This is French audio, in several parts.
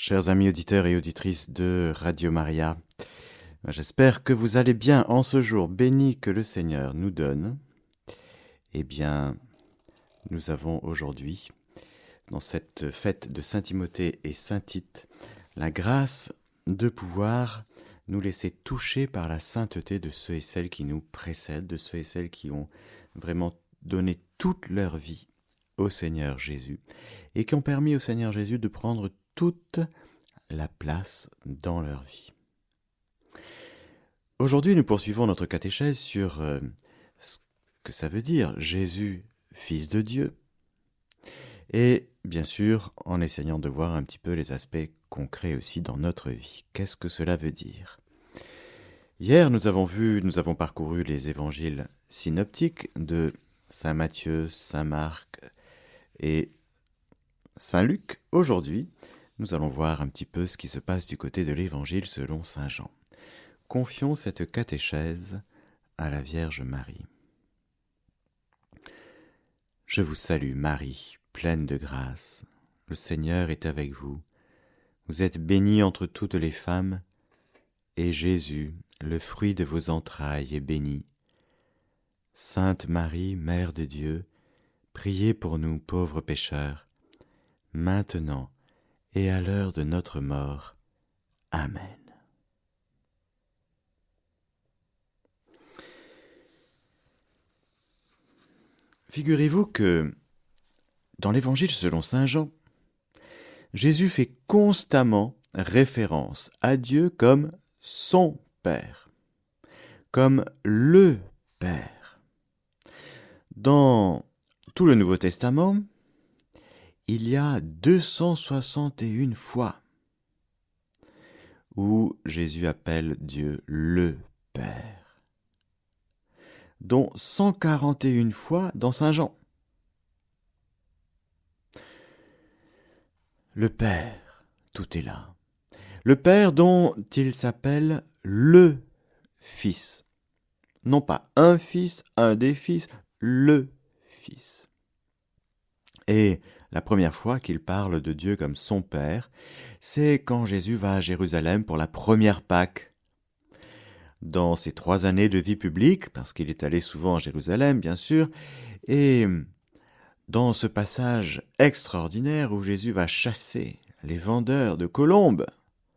Chers amis auditeurs et auditrices de Radio Maria, j'espère que vous allez bien en ce jour béni que le Seigneur nous donne. Eh bien, nous avons aujourd'hui, dans cette fête de Saint Timothée et Saint Tite, la grâce de pouvoir nous laisser toucher par la sainteté de ceux et celles qui nous précèdent, de ceux et celles qui ont vraiment donné toute leur vie au Seigneur Jésus et qui ont permis au Seigneur Jésus de prendre toute la place dans leur vie. Aujourd'hui, nous poursuivons notre catéchèse sur ce que ça veut dire Jésus, Fils de Dieu, et bien sûr en essayant de voir un petit peu les aspects concrets aussi dans notre vie. Qu'est-ce que cela veut dire ? Hier, nous avons parcouru les évangiles synoptiques de Saint Matthieu, Saint Marc et Saint Luc. Aujourd'hui, nous allons voir un petit peu ce qui se passe du côté de l'évangile selon Saint Jean. Confions cette catéchèse à la Vierge Marie. Je vous salue Marie, pleine de grâce. Le Seigneur est avec vous. Vous êtes bénie entre toutes les femmes, et Jésus, le fruit de vos entrailles, est béni. Sainte Marie, Mère de Dieu, priez pour nous pauvres pécheurs, maintenant et à l'heure de notre mort. Amen. Figurez-vous que dans l'Évangile selon Saint Jean, Jésus fait constamment référence à Dieu comme son Père, comme le Père. Dans tout le Nouveau Testament, il y a 261 fois où Jésus appelle Dieu le Père, dont 141 fois dans Saint Jean. Le Père, tout est là. Le Père dont il s'appelle le Fils. Non pas un fils, un des fils, le Fils. Et la première fois qu'il parle de Dieu comme son Père, c'est quand Jésus va à Jérusalem pour la première Pâque. Dans ses 3 années de vie publique, parce qu'il est allé souvent à Jérusalem, bien sûr, et dans ce passage extraordinaire où Jésus va chasser les vendeurs de colombes,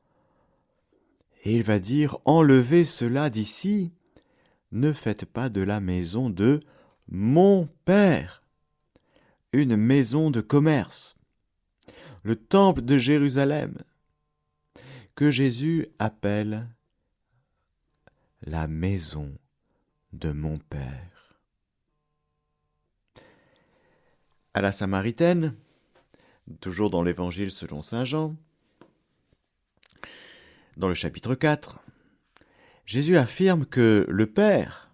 et il va dire « Enlevez cela d'ici, ne faites pas de la maison de mon Père ». Une maison de commerce, le temple de Jérusalem, que Jésus appelle la maison de mon Père. À la Samaritaine, toujours dans l'Évangile selon Saint Jean, dans le chapitre 4, Jésus affirme que le Père,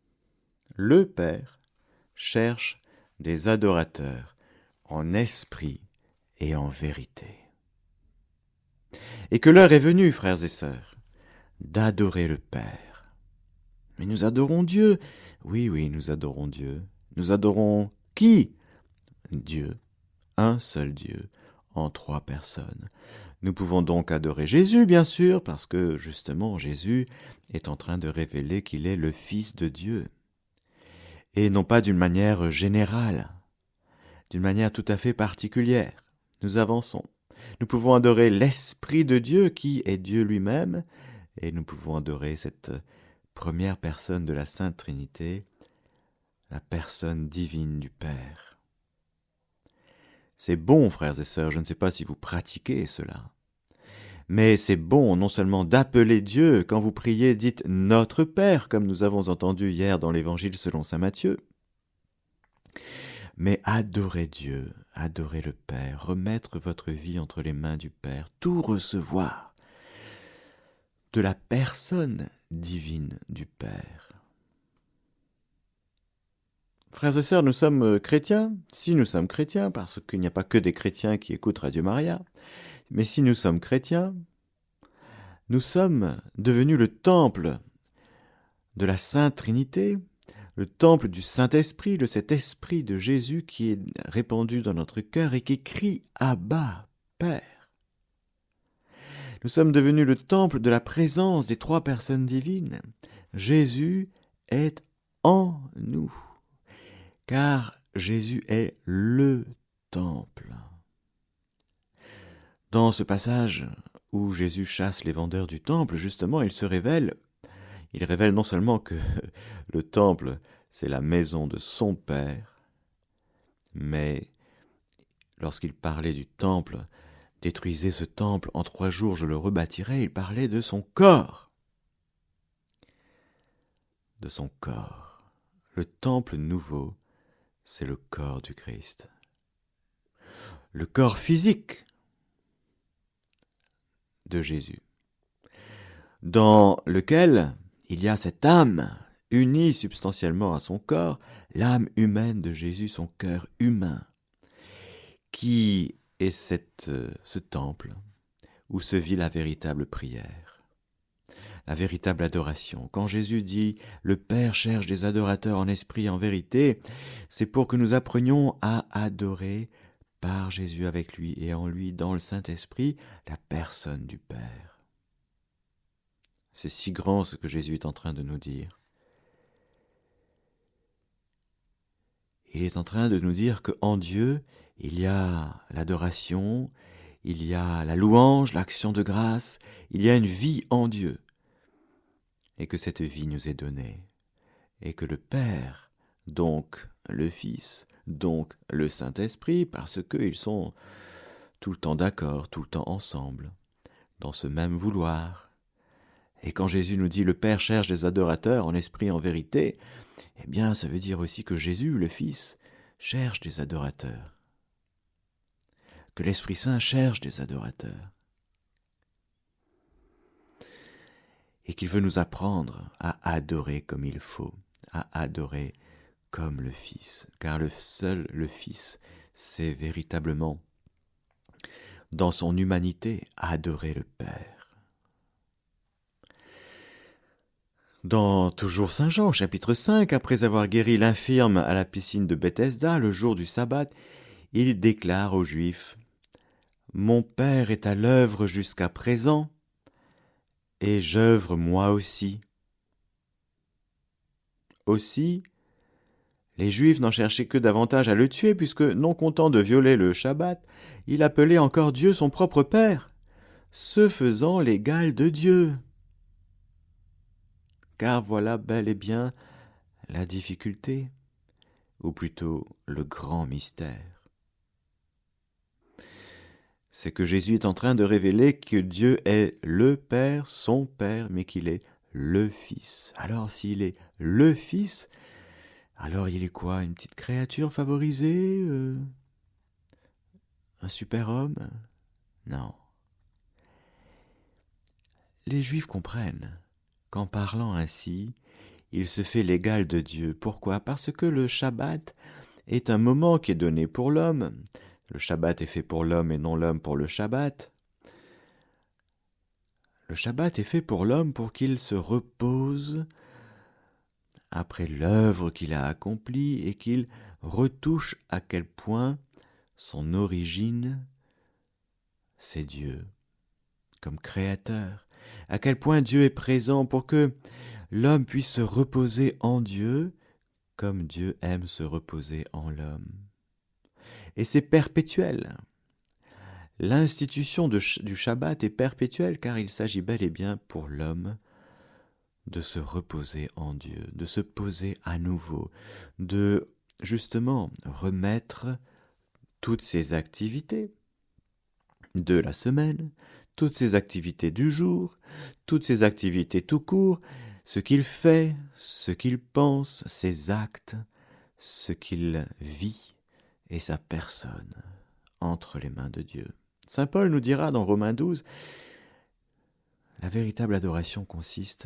cherche des adorateurs en esprit et en vérité. Et que l'heure est venue, frères et sœurs, d'adorer le Père. Mais nous adorons Dieu. Oui, nous adorons Dieu. Nous adorons qui ? Dieu, un seul Dieu, en 3 personnes. Nous pouvons donc adorer Jésus, bien sûr, parce que justement Jésus est en train de révéler qu'il est le Fils de Dieu. Et non pas d'une manière générale, d'une manière tout à fait particulière. Nous avançons. Nous pouvons adorer l'Esprit de Dieu qui est Dieu lui-même, et nous pouvons adorer cette première personne de la Sainte Trinité, la personne divine du Père. C'est bon, frères et sœurs, je ne sais pas si vous pratiquez cela, mais c'est bon non seulement d'appeler Dieu, quand vous priez, dites « Notre Père », comme nous avons entendu hier dans l'Évangile selon Saint Matthieu, mais adorer Dieu, adorer le Père, remettre votre vie entre les mains du Père, tout recevoir de la personne divine du Père. Frères et sœurs, nous sommes chrétiens. Si nous sommes chrétiens, parce qu'il n'y a pas que des chrétiens qui écoutent Radio Maria, mais si nous sommes chrétiens, nous sommes devenus le temple de la Sainte Trinité, le temple du Saint-Esprit, de cet Esprit de Jésus qui est répandu dans notre cœur et qui crie « Abba, Père ». Nous sommes devenus le temple de la présence des trois personnes divines. Jésus est en nous, car Jésus est le temple. Dans ce passage où Jésus chasse les vendeurs du temple, justement, il révèle non seulement que le temple, c'est la maison de son Père, mais lorsqu'il parlait du temple, détruisez ce temple, en 3 jours je le rebâtirai, il parlait de son corps. De son corps. Le temple nouveau, c'est le corps du Christ. Le corps physique de Jésus, dans lequel il y a cette âme unie substantiellement à son corps, l'âme humaine de Jésus, son cœur humain, qui est ce temple où se vit la véritable prière, la véritable adoration. Quand Jésus dit « Le Père cherche des adorateurs en esprit et en vérité », c'est pour que nous apprenions à adorer par Jésus avec lui et en lui, dans le Saint-Esprit, la personne du Père. C'est si grand ce que Jésus est en train de nous dire. Il est en train de nous dire qu'en Dieu, il y a l'adoration, il y a la louange, l'action de grâce, il y a une vie en Dieu. Et que cette vie nous est donnée. Et que le Père, donc le Fils, donc le Saint-Esprit, parce qu'ils sont tout le temps d'accord, tout le temps ensemble, dans ce même vouloir. Et quand Jésus nous dit « Le Père cherche des adorateurs en esprit et en vérité », eh bien, ça veut dire aussi que Jésus, le Fils, cherche des adorateurs. Que l'Esprit Saint cherche des adorateurs. Et qu'il veut nous apprendre à adorer comme il faut, à adorer comme le Fils. Car le Fils, c'est véritablement, dans son humanité, adorer le Père. Dans toujours Saint Jean, chapitre 5, après avoir guéri l'infirme à la piscine de Bethesda, le jour du sabbat, il déclare aux Juifs « Mon Père est à l'œuvre jusqu'à présent, et j'œuvre moi aussi. » Aussi, les Juifs n'en cherchaient que davantage à le tuer, puisque, non content de violer le Shabbat, il appelait encore Dieu son propre Père, se faisant l'égal de Dieu. Car voilà bel et bien la difficulté, ou plutôt le grand mystère. C'est que Jésus est en train de révéler que Dieu est le Père, son Père, mais qu'il est le Fils. Alors s'il est le Fils, alors il est quoi? Une petite créature favorisée? Un super-homme? Non. Les Juifs comprennent qu'en parlant ainsi, il se fait l'égal de Dieu. Pourquoi? Parce que le Shabbat est un moment qui est donné pour l'homme. Le Shabbat est fait pour l'homme et non l'homme pour le Shabbat. Le Shabbat est fait pour l'homme pour qu'il se repose après l'œuvre qu'il a accomplie et qu'il retouche à quel point son origine, c'est Dieu, comme créateur. À quel point Dieu est présent pour que l'homme puisse se reposer en Dieu comme Dieu aime se reposer en l'homme. Et c'est perpétuel. L'institution du Shabbat est perpétuelle car il s'agit bel et bien pour l'homme de se reposer en Dieu, de se poser à nouveau, de justement remettre toutes ses activités de la semaine, toutes ses activités du jour, toutes ses activités tout court, ce qu'il fait, ce qu'il pense, ses actes, ce qu'il vit et sa personne entre les mains de Dieu. Saint Paul nous dira dans Romains 12, la véritable adoration consiste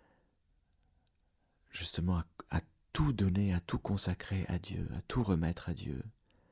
justement à tout donner, à tout consacrer à Dieu, à tout remettre à Dieu.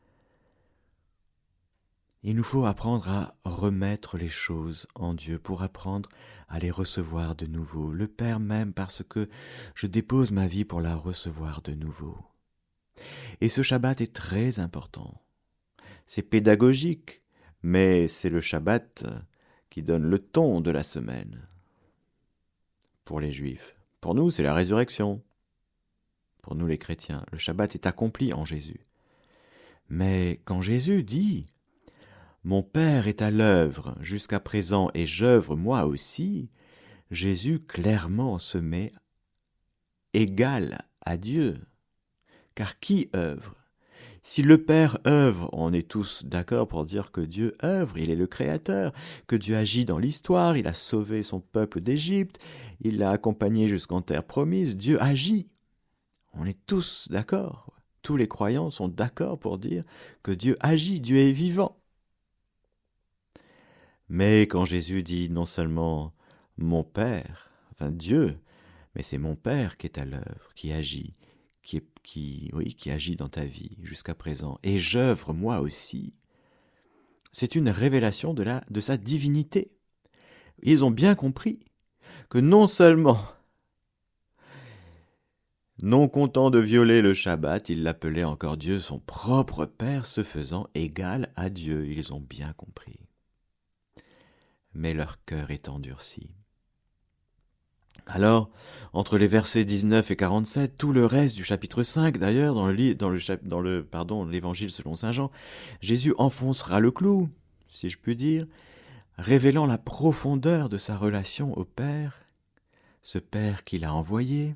Il nous faut apprendre à remettre les choses en Dieu pour apprendre à les recevoir de nouveau. Le Père m'aime parce que je dépose ma vie pour la recevoir de nouveau. Et ce Shabbat est très important. C'est pédagogique, mais c'est le Shabbat qui donne le ton de la semaine. Pour les Juifs. Pour nous, c'est la résurrection. Pour nous les chrétiens, le Shabbat est accompli en Jésus. Mais quand Jésus dit « Mon Père est à l'œuvre jusqu'à présent et j'œuvre moi aussi », Jésus clairement se met égal à Dieu. Car qui œuvre? Si le Père œuvre, on est tous d'accord pour dire que Dieu œuvre, il est le Créateur, que Dieu agit dans l'histoire, il a sauvé son peuple d'Égypte, il l'a accompagné jusqu'en terre promise, Dieu agit. On est tous d'accord. Tous les croyants sont d'accord pour dire que Dieu agit, Dieu est vivant. Mais quand Jésus dit non seulement « mon Père », enfin Dieu, mais c'est mon Père qui est à l'œuvre, qui agit, qui agit dans ta vie jusqu'à présent, et j'œuvre moi aussi. C'est une révélation de sa divinité. Ils ont bien compris que non seulement, non content de violer le Shabbat, il l'appelait encore Dieu, son propre Père, se faisant égal à Dieu. Ils ont bien compris. Mais leur cœur est endurci. Alors, entre les versets 19 et 47, tout le reste du chapitre 5, d'ailleurs, dans l'évangile selon saint Jean, Jésus enfoncera le clou, si je puis dire, révélant la profondeur de sa relation au Père, ce Père qu'il a envoyé,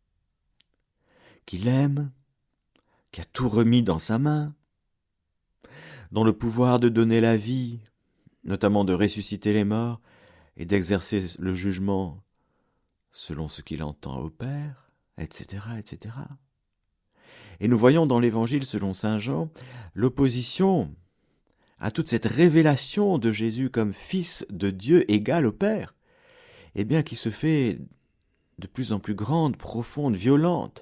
qu'il aime, qui a tout remis dans sa main, dont le pouvoir de donner la vie, notamment de ressusciter les morts et d'exercer le jugement selon ce qu'il entend au Père, etc., etc. Et nous voyons dans l'Évangile selon saint Jean l'opposition à toute cette révélation de Jésus comme Fils de Dieu égal au Père, eh bien qui se fait de plus en plus grande, profonde, violente,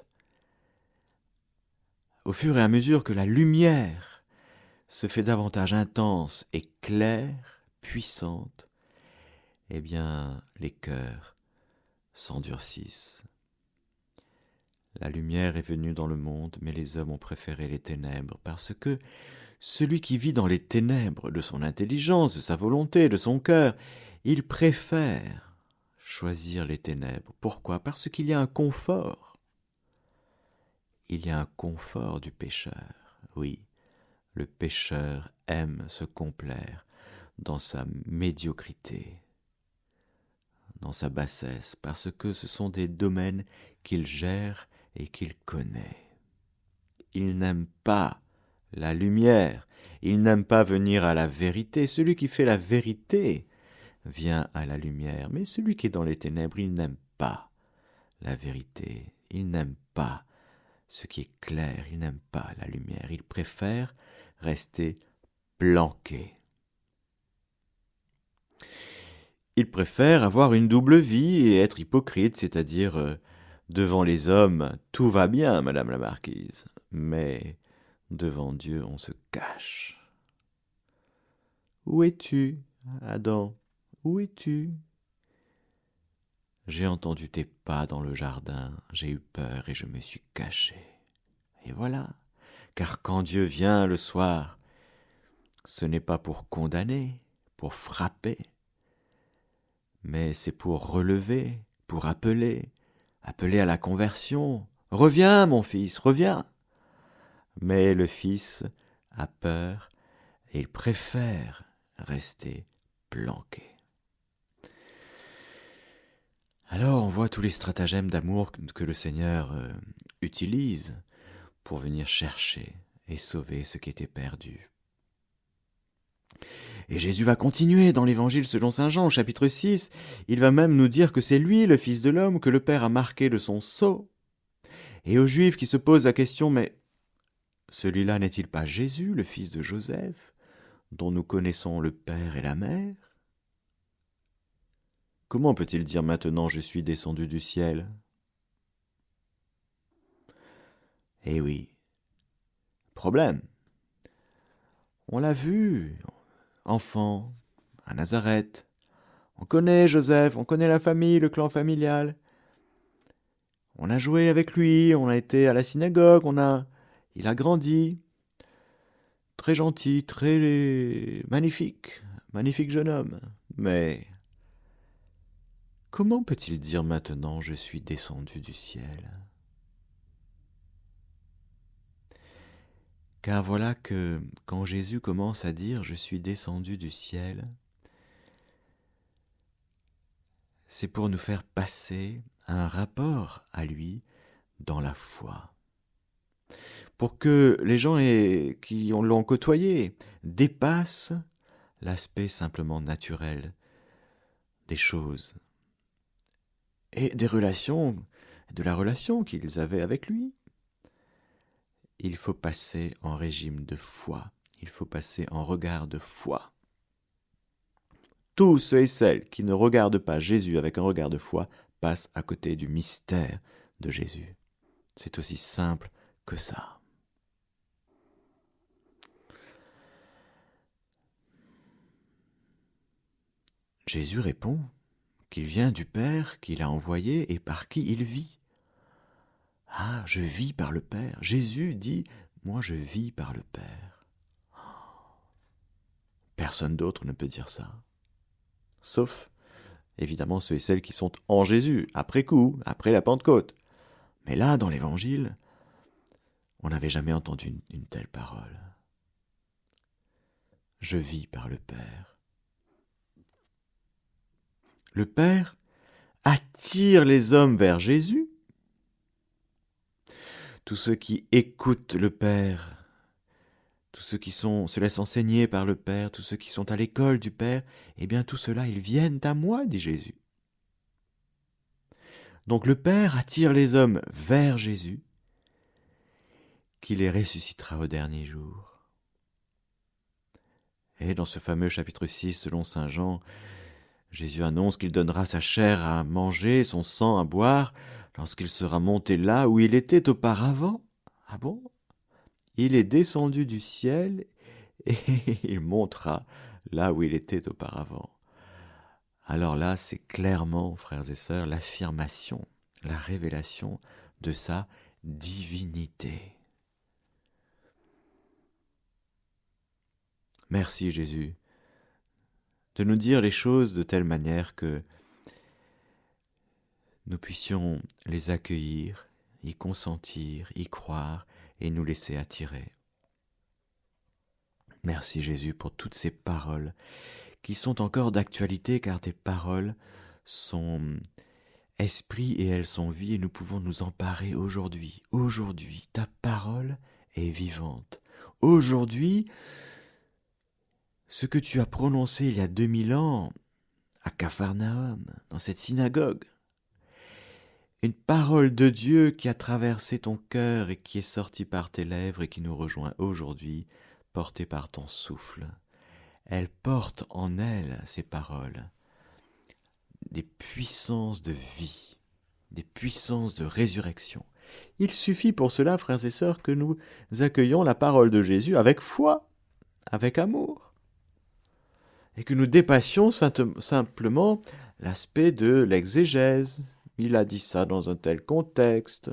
au fur et à mesure que la lumière se fait davantage intense et claire, puissante, eh bien les cœurs s'endurcissent. La lumière est venue dans le monde, mais les hommes ont préféré les ténèbres, parce que celui qui vit dans les ténèbres de son intelligence, de sa volonté, de son cœur, il préfère choisir les ténèbres. Pourquoi? Parce qu'il y a un confort. Il y a un confort du pécheur. Oui, le pécheur aime se complaire dans sa médiocrité, dans sa bassesse, parce que ce sont des domaines qu'il gère et qu'il connaît. Il n'aime pas la lumière, il n'aime pas venir à la vérité. Celui qui fait la vérité vient à la lumière, mais celui qui est dans les ténèbres, il n'aime pas la vérité, il n'aime pas ce qui est clair, il n'aime pas la lumière, il préfère rester planqué. Il préfère avoir une double vie et être hypocrite, c'est-à-dire devant les hommes, tout va bien, madame la marquise, mais devant Dieu, on se cache. Où es-tu, Adam? Où es-tu? J'ai entendu tes pas dans le jardin, j'ai eu peur et je me suis caché. Et voilà, car quand Dieu vient le soir, ce n'est pas pour condamner, pour frapper, mais c'est pour relever, pour appeler à la conversion. Reviens, mon fils, reviens. Mais le fils a peur et il préfère rester planqué. Alors on voit tous les stratagèmes d'amour que le Seigneur utilise pour venir chercher et sauver ce qui était perdu. Et Jésus va continuer dans l'Évangile selon saint Jean, au chapitre 6. Il va même nous dire que c'est lui, le Fils de l'homme, que le Père a marqué de son sceau. Et aux Juifs qui se posent la question, mais celui-là n'est-il pas Jésus, le fils de Joseph, dont nous connaissons le Père et la Mère? Comment peut-il dire maintenant « je suis descendu du ciel » ? Eh oui, problème. On l'a vu, enfant, à Nazareth. On connaît Joseph, on connaît la famille, le clan familial. On a joué avec lui, on a été à la synagogue, il a grandi. Très gentil, très magnifique jeune homme. Mais comment peut-il dire maintenant « Je suis descendu du ciel » ? Car voilà que quand Jésus commence à dire « Je suis descendu du ciel », c'est pour nous faire passer un rapport à lui dans la foi. Pour que les gens qui l'ont côtoyé dépassent l'aspect simplement naturel des choses et de la relation qu'ils avaient avec lui. Il faut passer en régime de foi, il faut passer en regard de foi. Tous ceux et celles qui ne regardent pas Jésus avec un regard de foi passent à côté du mystère de Jésus. C'est aussi simple que ça. Jésus répond qu'il vient du Père qu'il a envoyé et par qui il vit. Ah, je vis par le Père. Jésus dit, moi je vis par le Père. Personne d'autre ne peut dire ça. Sauf, évidemment, ceux et celles qui sont en Jésus, après coup, après la Pentecôte. Mais là, dans l'Évangile, on n'avait jamais entendu une telle parole. Je vis par le Père. Le Père attire les hommes vers Jésus. Tous ceux qui écoutent le Père, tous ceux qui se laissent enseigner par le Père, tous ceux qui sont à l'école du Père, eh bien tout cela, ils viennent à moi, dit Jésus. Donc le Père attire les hommes vers Jésus, qui les ressuscitera au dernier jour. Et dans ce fameux chapitre 6, selon saint Jean, Jésus annonce qu'il donnera sa chair à manger, son sang à boire, lorsqu'il sera monté là où il était auparavant. Ah bon ? Il est descendu du ciel et il montera là où il était auparavant. Alors là, c'est clairement, frères et sœurs, l'affirmation, la révélation de sa divinité. Merci Jésus de nous dire les choses de telle manière que nous puissions les accueillir, y consentir, y croire et nous laisser attirer. Merci Jésus pour toutes ces paroles qui sont encore d'actualité car tes paroles sont esprit et elles sont vie et nous pouvons nous emparer aujourd'hui. Aujourd'hui, ta parole est vivante. Aujourd'hui, ce que tu as prononcé il y a 2000 ans à Capharnaüm, dans cette synagogue, une parole de Dieu qui a traversé ton cœur et qui est sortie par tes lèvres et qui nous rejoint aujourd'hui, portée par ton souffle. Elle porte en elle, ces paroles, des puissances de vie, des puissances de résurrection. Il suffit pour cela, frères et sœurs, que nous accueillions la parole de Jésus avec foi, avec amour, et que nous dépassions simplement l'aspect de l'exégèse. Il a dit ça dans un tel contexte.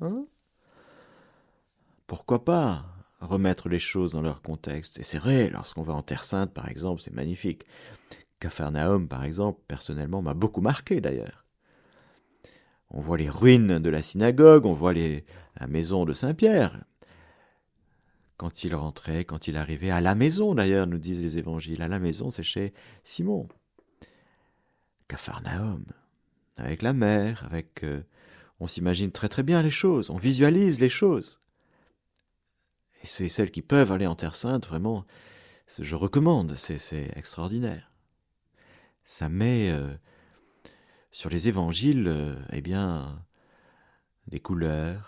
Pourquoi pas remettre les choses dans leur contexte ? Et c'est vrai, lorsqu'on va en Terre Sainte, par exemple, c'est magnifique. Capharnaüm, par exemple, personnellement, m'a beaucoup marqué d'ailleurs. On voit les ruines de la synagogue, on voit la maison de Saint-Pierre. Quand il rentrait, quand il arrivait à la maison, d'ailleurs, nous disent les évangiles, à la maison, c'est chez Simon. Capharnaüm, avec la mer, on s'imagine très très bien les choses, on visualise les choses. Et ceux et celles qui peuvent aller en Terre Sainte, vraiment, je recommande, c'est extraordinaire. Ça met sur les évangiles, des couleurs,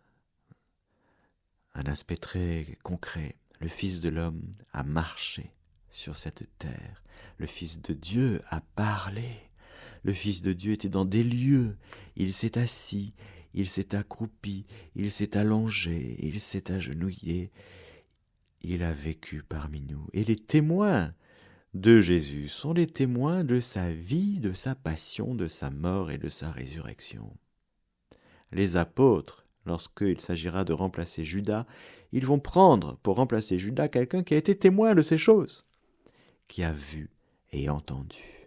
un aspect très concret. Le Fils de l'homme a marché sur cette terre. Le Fils de Dieu a parlé. Le Fils de Dieu était dans des lieux. Il s'est assis, il s'est accroupi, il s'est allongé, il s'est agenouillé. Il a vécu parmi nous. Et les témoins de Jésus sont les témoins de sa vie, de sa passion, de sa mort et de sa résurrection. Les apôtres, lorsqu'il s'agira de remplacer Judas, ils vont prendre pour remplacer Judas quelqu'un qui a été témoin de ces choses, qui a vu et entendu.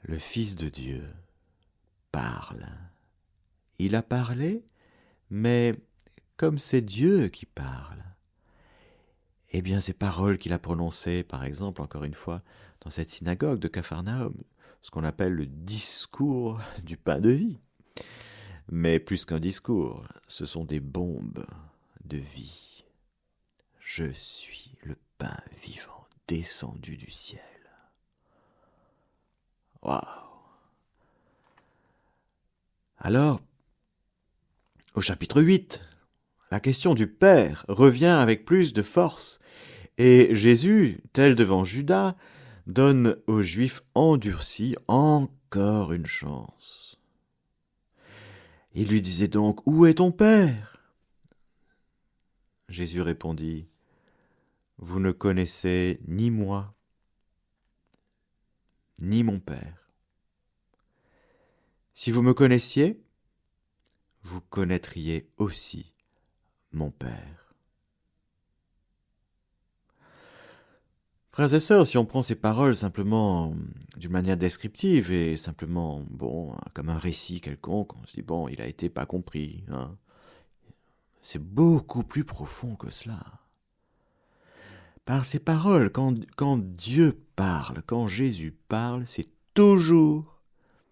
le Fils de Dieu parle. Il a parlé, mais comme c'est Dieu qui parle, eh bien ces paroles qu'il a prononcées, par exemple, encore une fois, dans cette synagogue de Capharnaüm, ce qu'on appelle le discours du pain de vie. Mais plus qu'un discours, ce sont des bombes de vie. Je suis le pain vivant descendu du ciel. Waouh! Alors, au chapitre 8, la question du Père revient avec plus de force, et Jésus, tel devant Judas, donne aux Juifs endurcis encore une chance. Il lui disait donc, « Où est ton Père ?» Jésus répondit, « Vous ne connaissez ni moi, ni mon Père. Si vous me connaissiez, vous connaîtriez aussi mon Père. » Frères et sœurs, si on prend ces paroles simplement d'une manière descriptive et simplement, comme un récit quelconque, on se dit, il a été pas compris. Hein. C'est beaucoup plus profond que cela. Par ces paroles, quand Dieu parle, quand Jésus parle, c'est toujours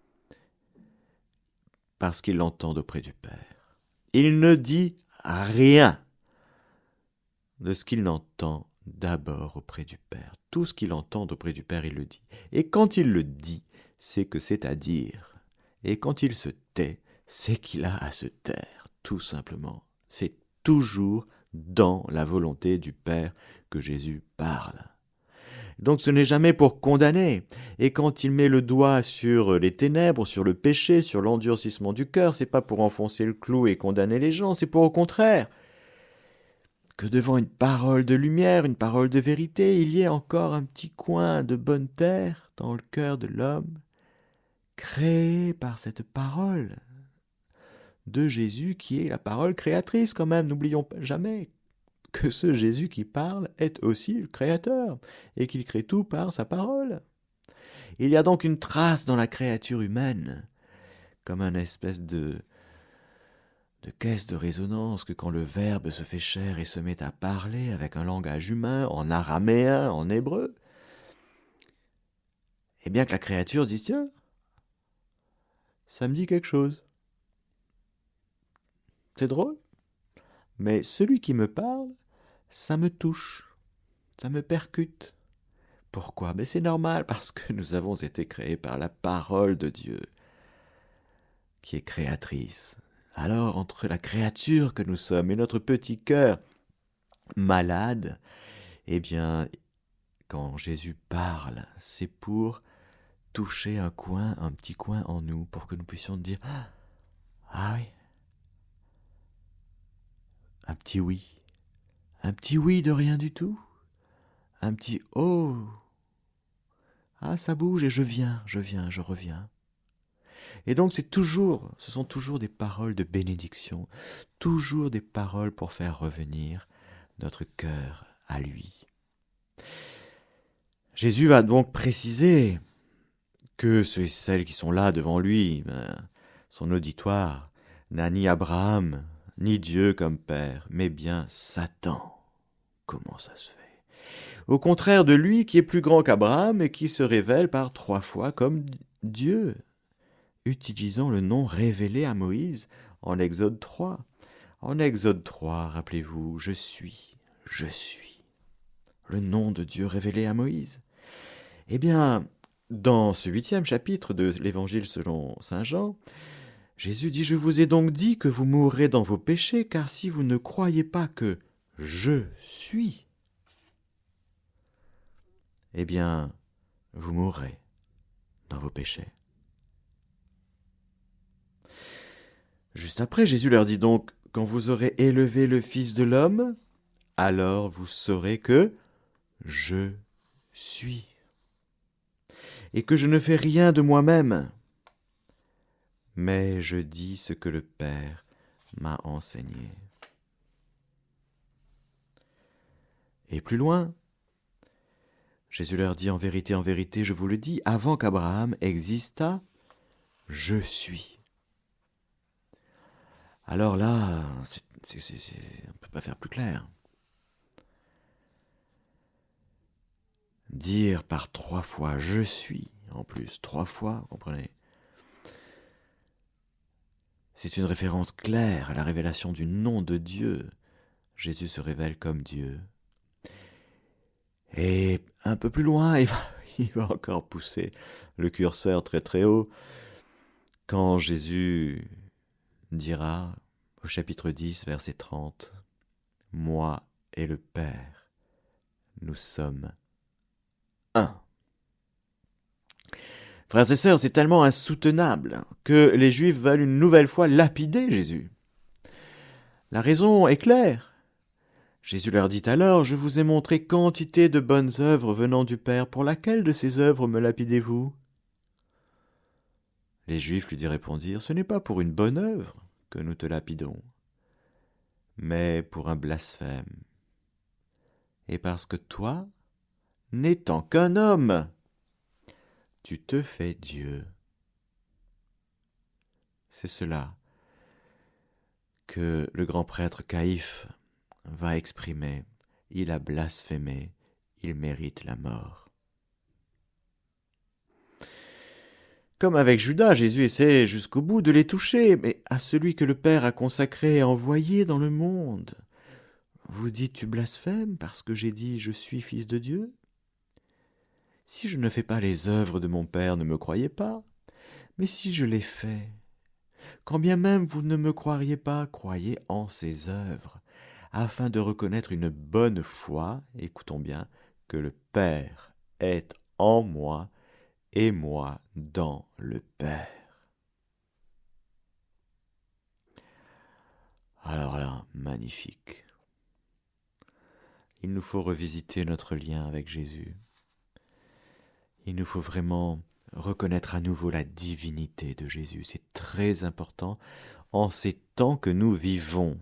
parce qu'il l'entend auprès du Père. Il ne dit rien de ce qu'il n'entend d'abord auprès du Père. Tout ce qu'il entend auprès du Père, il le dit. Et quand il le dit, c'est que c'est à dire. Et quand il se tait, c'est qu'il a à se taire, tout simplement. C'est toujours dans la volonté du Père que Jésus parle. Donc ce n'est jamais pour condamner. Et quand il met le doigt sur les ténèbres, sur le péché, sur l'endurcissement du cœur, c'est pas pour enfoncer le clou et condamner les gens, c'est pour au contraire que devant une parole de lumière, une parole de vérité, il y ait encore un petit coin de bonne terre dans le cœur de l'homme, créé par cette parole de Jésus qui est la parole créatrice quand même. N'oublions jamais que ce Jésus qui parle est aussi le Créateur et qu'il crée tout par sa parole. Il y a donc une trace dans la créature humaine, comme une espèce de caisse de résonance, que quand le Verbe se fait chair et se met à parler avec un langage humain, en araméen, en hébreu, eh bien que la créature dit, tiens, ça me dit quelque chose. C'est drôle, mais celui qui me parle, ça me touche, ça me percute. Pourquoi? Mais c'est normal, parce que nous avons été créés par la parole de Dieu, qui est créatrice. Alors, entre la créature que nous sommes et notre petit cœur malade, eh bien, quand Jésus parle, c'est pour toucher un petit coin en nous, pour que nous puissions dire « Ah oui !» Un petit oui de rien du tout, un petit « Oh !» Ah, ça bouge et je reviens. Et donc ce sont toujours des paroles de bénédiction, toujours des paroles pour faire revenir notre cœur à lui. Jésus va donc préciser que ceux et celles qui sont là devant lui, son auditoire, n'a ni Abraham, ni Dieu comme père, mais bien Satan. Comment ça se fait? Au contraire de lui qui est plus grand qu'Abraham et qui se révèle par 3 fois comme Dieu, utilisant le nom révélé à Moïse en Exode 3. En Exode 3, rappelez-vous, je suis, le nom de Dieu révélé à Moïse. Eh bien, dans ce 8e chapitre de l'Évangile selon saint Jean, Jésus dit « Je vous ai donc dit que vous mourrez dans vos péchés, car si vous ne croyez pas que je suis, eh bien, vous mourrez dans vos péchés. » Juste après, Jésus leur dit donc « Quand vous aurez élevé le Fils de l'homme, alors vous saurez que je suis, et que je ne fais rien de moi-même, mais je dis ce que le Père m'a enseigné. » Et plus loin, Jésus leur dit, en vérité, je vous le dis, avant qu'Abraham existât, je suis. Alors là, on ne peut pas faire plus clair. Dire par 3 fois je suis, en plus, 3 fois, vous comprenez? C'est une référence claire à la révélation du nom de Dieu. Jésus se révèle comme Dieu. Et un peu plus loin, il va encore pousser le curseur très très haut, quand Jésus dira, au chapitre 10, verset 30, « Moi et le Père, nous sommes un. » Frères et sœurs, c'est tellement insoutenable que les Juifs veulent une nouvelle fois lapider Jésus. La raison est claire. Jésus leur dit alors, « Je vous ai montré quantité de bonnes œuvres venant du Père. Pour laquelle de ces œuvres me lapidez-vous » Les Juifs lui répondirent, « Ce n'est pas pour une bonne œuvre que nous te lapidons, mais pour un blasphème. Et parce que toi, n'étant qu'un homme, tu te fais Dieu. » C'est cela que le grand prêtre Caïphe va exprimer. Il a blasphémé, il mérite la mort. Comme avec Judas, Jésus essaie jusqu'au bout de les toucher, mais à celui que le Père a consacré et envoyé dans le monde. Vous dites, tu blasphèmes parce que j'ai dit, je suis fils de Dieu? Si je ne fais pas les œuvres de mon Père, ne me croyez pas. Mais si je les fais, quand bien même vous ne me croiriez pas, croyez en ses œuvres, afin de reconnaître une bonne foi, écoutons bien, que le Père est en moi et moi dans le Père. Alors là, magnifique. Il nous faut revisiter notre lien avec Jésus. Il nous faut vraiment reconnaître à nouveau la divinité de Jésus. C'est très important en ces temps que nous vivons,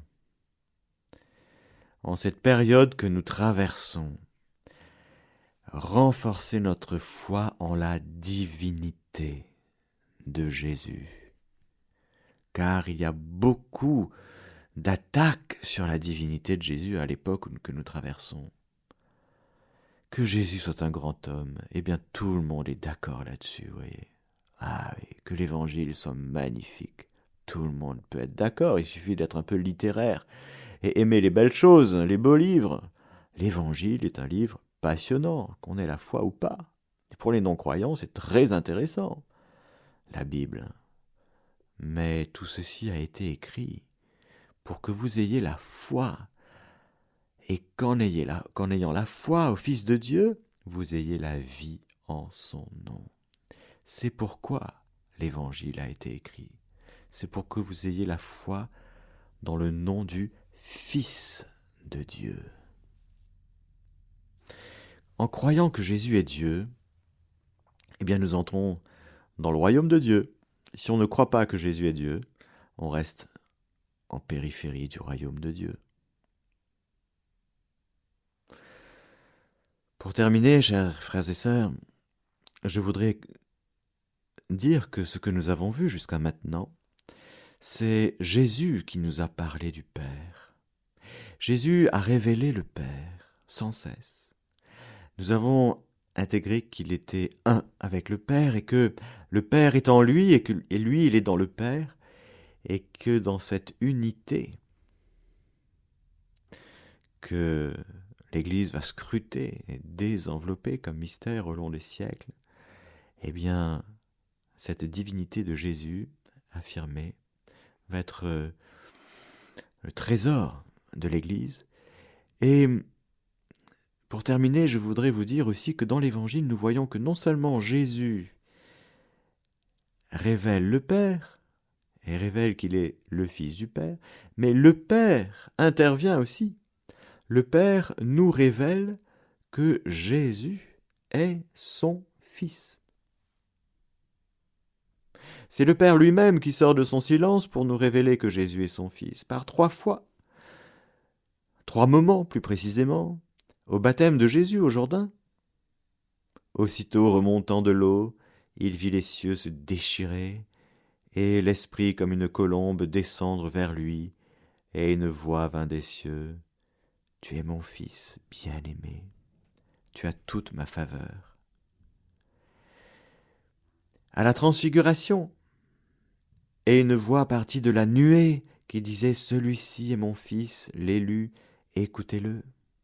en cette période que nous traversons. Renforcer notre foi en la divinité de Jésus. Car il y a beaucoup d'attaques sur la divinité de Jésus à l'époque que nous traversons. Que Jésus soit un grand homme, eh bien tout le monde est d'accord là-dessus, vous voyez. Ah oui, que l'évangile soit magnifique, tout le monde peut être d'accord, il suffit d'être un peu littéraire et aimer les belles choses, les beaux livres. L'évangile est un livre passionnant, qu'on ait la foi ou pas. Et pour les non-croyants, c'est très intéressant, la Bible. Mais tout ceci a été écrit pour que vous ayez la foi, et qu'en ayant la foi au Fils de Dieu, vous ayez la vie en son nom. C'est pourquoi l'Évangile a été écrit. C'est pour que vous ayez la foi dans le nom du Fils de Dieu. En croyant que Jésus est Dieu, eh bien nous entrons dans le royaume de Dieu. Si on ne croit pas que Jésus est Dieu, on reste en périphérie du royaume de Dieu. Pour terminer, chers frères et sœurs, je voudrais dire que ce que nous avons vu jusqu'à maintenant, c'est Jésus qui nous a parlé du Père. Jésus a révélé le Père sans cesse. Nous avons intégré qu'il était un avec le Père et que le Père est en lui et lui, il est dans le Père et que dans cette unité que l'Église va scruter et désenvelopper comme mystère au long des siècles, eh bien, cette divinité de Jésus affirmée va être le trésor de l'Église. Et pour terminer, je voudrais vous dire aussi que dans l'Évangile, nous voyons que non seulement Jésus révèle le Père, et révèle qu'il est le Fils du Père, mais le Père intervient aussi. Le Père nous révèle que Jésus est son Fils. C'est le Père lui-même qui sort de son silence pour nous révéler que Jésus est son Fils, par 3 fois. 3 moments, plus précisément, au baptême de Jésus au Jourdain, Aussitôt remontant de l'eau, il vit les cieux se déchirer, et l'esprit comme une colombe descendre vers lui, et une voix vint des cieux. Tu es mon fils bien-aimé, tu as toute ma faveur. À la transfiguration, et une voix partit de la nuée qui disait « Celui-ci est mon fils, l'élu, écoutez-le ».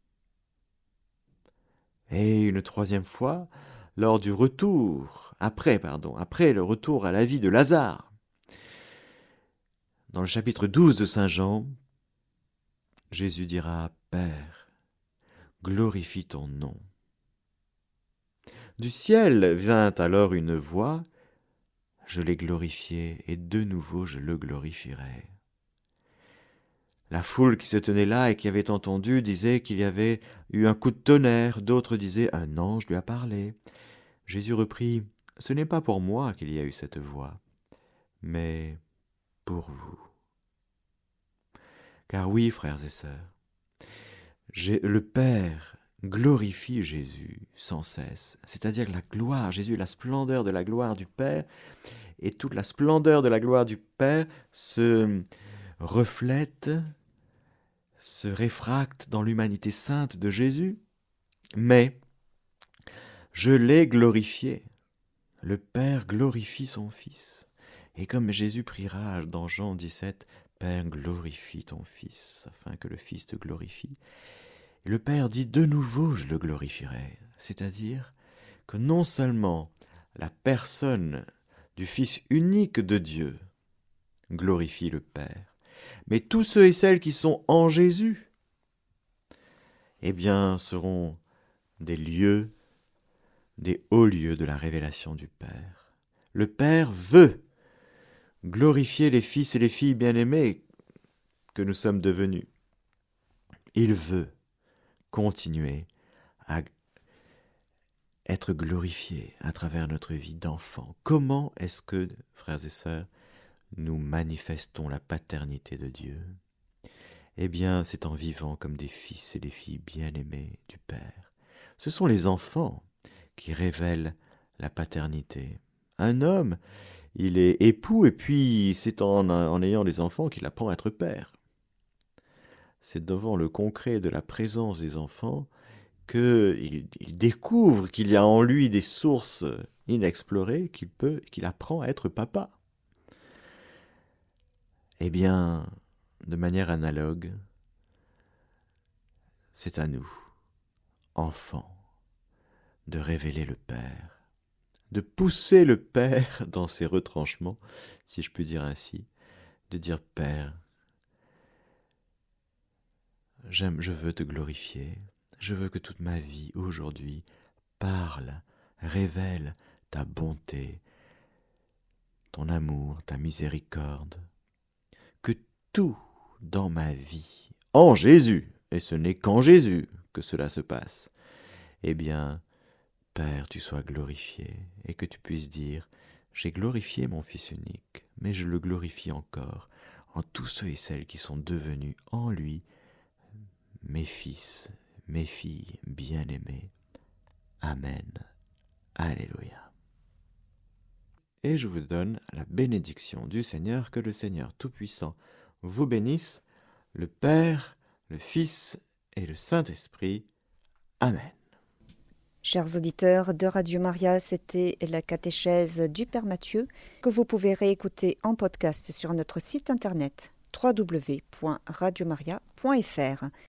Et une troisième fois, lors du retour, après le retour à la vie de Lazare, dans le chapitre 12 de Saint Jean, Jésus dira « Père, glorifie ton nom ». Du ciel vint alors une voix, je l'ai glorifié et de nouveau je le glorifierai. La foule qui se tenait là et qui avait entendu disait qu'il y avait eu un coup de tonnerre, d'autres disaient un ange lui a parlé. Jésus reprit, ce n'est pas pour moi qu'il y a eu cette voix, mais pour vous. Car oui, frères et sœurs, le Père glorifie Jésus sans cesse, c'est-à-dire la gloire, Jésus, la splendeur de la gloire du Père, et toute la splendeur de la gloire du Père se reflète, se réfracte dans l'humanité sainte de Jésus, mais je l'ai glorifié. Le Père glorifie son Fils. Et comme Jésus priera dans Jean 17, « Père, glorifie ton Fils, afin que le Fils te glorifie », le Père dit de nouveau « je le glorifierai », c'est-à-dire que non seulement la personne du Fils unique de Dieu glorifie le Père, mais tous ceux et celles qui sont en Jésus, eh bien, seront des lieux, des hauts lieux de la révélation du Père. Le Père veut glorifier les fils et les filles bien-aimés que nous sommes devenus. Il veut continuer à être glorifié à travers notre vie d'enfant. Comment est-ce que, frères et sœurs, nous manifestons la paternité de Dieu? Eh bien, c'est en vivant comme des fils et des filles bien-aimés du Père. Ce sont les enfants qui révèlent la paternité. Un homme, il est époux, et puis c'est en ayant des enfants qu'il apprend à être père. C'est devant le concret de la présence des enfants qu'il découvre qu'il y a en lui des sources inexplorées, qu'il apprend à être papa. Eh bien, de manière analogue, c'est à nous, enfants, de révéler le Père, de pousser le Père dans ses retranchements, si je puis dire ainsi, de dire « Père, je veux te glorifier, je veux que toute ma vie aujourd'hui parle, révèle ta bonté, ton amour, ta miséricorde, que tout dans ma vie, en Jésus, et ce n'est qu'en Jésus que cela se passe, eh bien, Père, tu sois glorifié, et que tu puisses dire « J'ai glorifié mon Fils unique, mais je le glorifie encore en tous ceux et celles qui sont devenus en lui mes fils, mes filles bien-aimés. Amen. Alléluia. » Et je vous donne la bénédiction du Seigneur, que le Seigneur Tout-Puissant vous bénisse, le Père, le Fils et le Saint-Esprit. Amen. Chers auditeurs de Radio Maria, c'était la catéchèse du Père Mathieu que vous pouvez réécouter en podcast sur notre site internet www.radiomaria.fr.